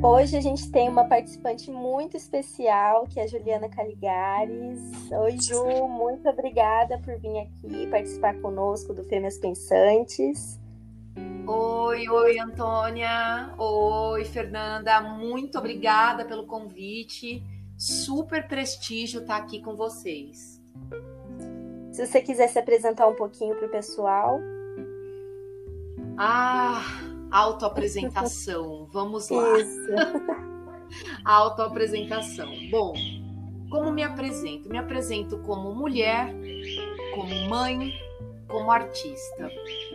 Hoje a gente tem uma participante muito especial, que é a Juliana Caligares. Oi, Ju, muito obrigada por vir aqui participar conosco do Fêmeas Pensantes. Oi, Antônia. Oi, Fernanda. Muito obrigada pelo convite. Super prestígio estar aqui com vocês. Se você quiser se apresentar um pouquinho para o pessoal. Autoapresentação. Vamos lá. Isso. Autoapresentação. Bom, como me apresento? Me apresento como mulher, como mãe, como artista.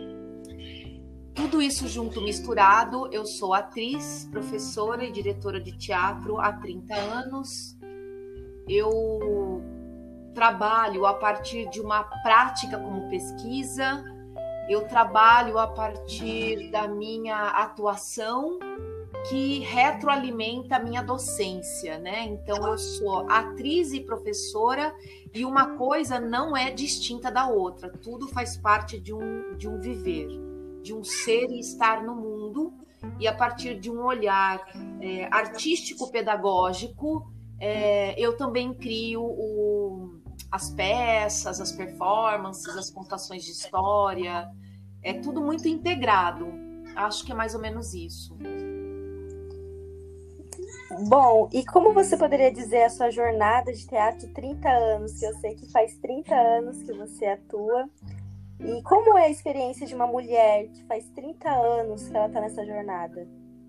Tudo isso junto, misturado. Eu sou atriz, professora e diretora de teatro há 30 anos. Eu trabalho a partir de uma prática como pesquisa. Eu trabalho a partir da minha atuação que retroalimenta a minha docência, né? Então, eu sou atriz e professora e uma coisa não é distinta da outra. Tudo faz parte de um viver, de um ser e estar no mundo. E a partir de um olhar artístico-pedagógico, eu também crio as peças, as performances, as contações de história. É tudo muito integrado. Acho que é mais ou menos isso. Bom, e como você poderia dizer a sua jornada de teatro de 30 anos, que eu sei que faz 30 anos que você atua, e como é a experiência de uma mulher que faz 30 anos que ela está nessa jornada?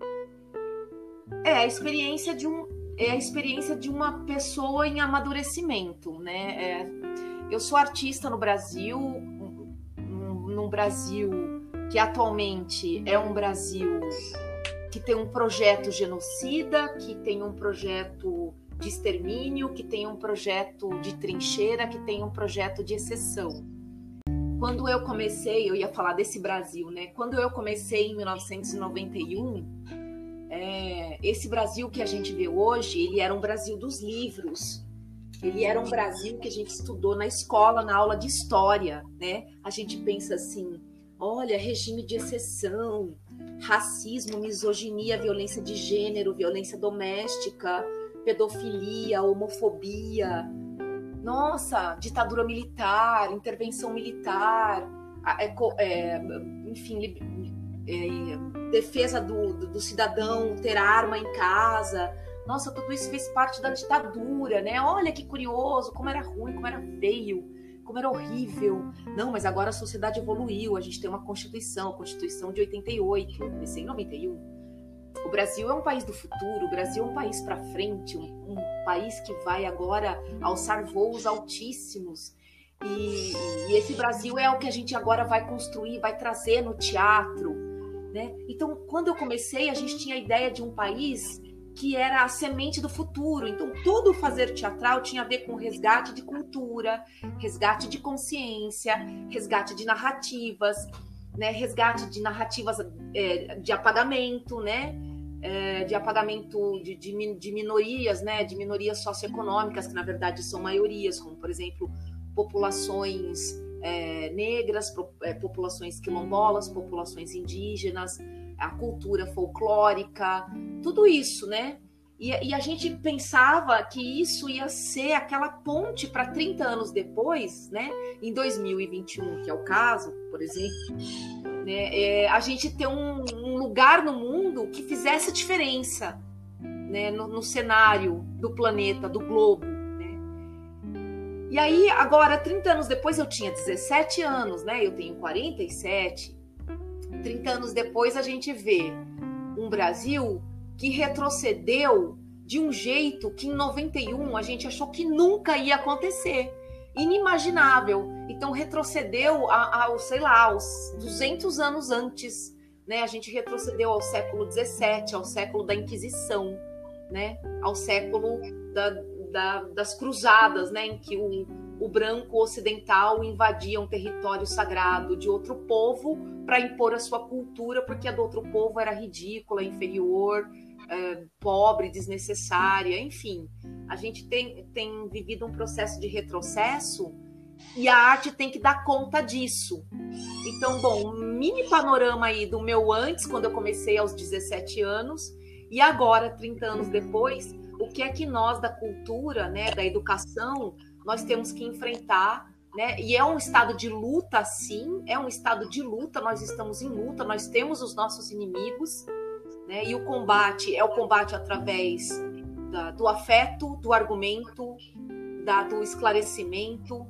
É a experiência de uma pessoa em amadurecimento, né? Eu sou artista no Brasil, num Brasil que atualmente é um Brasil que tem um projeto genocida, que tem um projeto de extermínio, que tem um projeto de trincheira, que tem um projeto de exceção. Quando eu comecei, eu ia falar desse Brasil, né? Quando eu comecei em 1991, esse Brasil que a gente vê hoje, ele era um Brasil dos livros. Ele era um Brasil que a gente estudou na escola, na aula de história, né? A gente pensa assim, olha, regime de exceção, racismo, misoginia, violência de gênero, violência doméstica, pedofilia, homofobia. Nossa, ditadura militar, intervenção militar, enfim, defesa do cidadão ter arma em casa. Nossa, tudo isso fez parte da ditadura, né? Olha que curioso, como era ruim, como era feio, como era horrível. Não, mas agora a sociedade evoluiu, a gente tem uma Constituição, a Constituição de 88, eu comecei em 91. O Brasil é um país do futuro, o Brasil é um país para frente, um país que vai agora alçar voos altíssimos. E esse Brasil é o que a gente agora vai construir, vai trazer no teatro, né? Então, quando eu comecei, a gente tinha a ideia de um país que era a semente do futuro. Então, todo fazer teatral tinha a ver com resgate de cultura, resgate de consciência, resgate de narrativas, né? Resgate de narrativas de apagamento, né? De apagamento de minorias, né? De minorias socioeconômicas, que na verdade são maiorias, como, por exemplo, populações negras, populações quilombolas, populações indígenas, a cultura folclórica, tudo isso, né? E a gente pensava que isso ia ser aquela ponte para 30 anos depois, né? Em 2021, que é o caso, por exemplo, né? A gente ter um lugar no mundo que fizesse diferença, né? No cenário do planeta, do globo, né? E aí, agora, 30 anos depois, eu tinha 17 anos, né? Eu tenho 47. 30 anos depois, a gente vê um Brasil que retrocedeu de um jeito que em 91 a gente achou que nunca ia acontecer. Inimaginável. Então, retrocedeu aos 200 anos antes, né? A gente retrocedeu ao século XVII, ao século da Inquisição, né? Ao século das cruzadas, né? Em que o branco ocidental invadia um território sagrado de outro povo para impor a sua cultura, porque a do outro povo era ridícula, inferior, pobre, desnecessária, enfim. A gente tem vivido um processo de retrocesso e a arte tem que dar conta disso. Então, bom, um mini panorama aí do meu antes, quando eu comecei aos 17 anos, E agora, 30 anos depois, o que é que nós da cultura, né, da educação, nós temos que enfrentar, né? E é um estado de luta, sim, é um estado de luta, nós estamos em luta, nós temos os nossos inimigos, né? E o combate é o combate através do afeto, do argumento, do esclarecimento.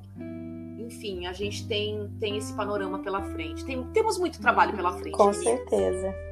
Enfim, a gente tem esse panorama pela frente. Temos muito trabalho pela frente. Com certeza.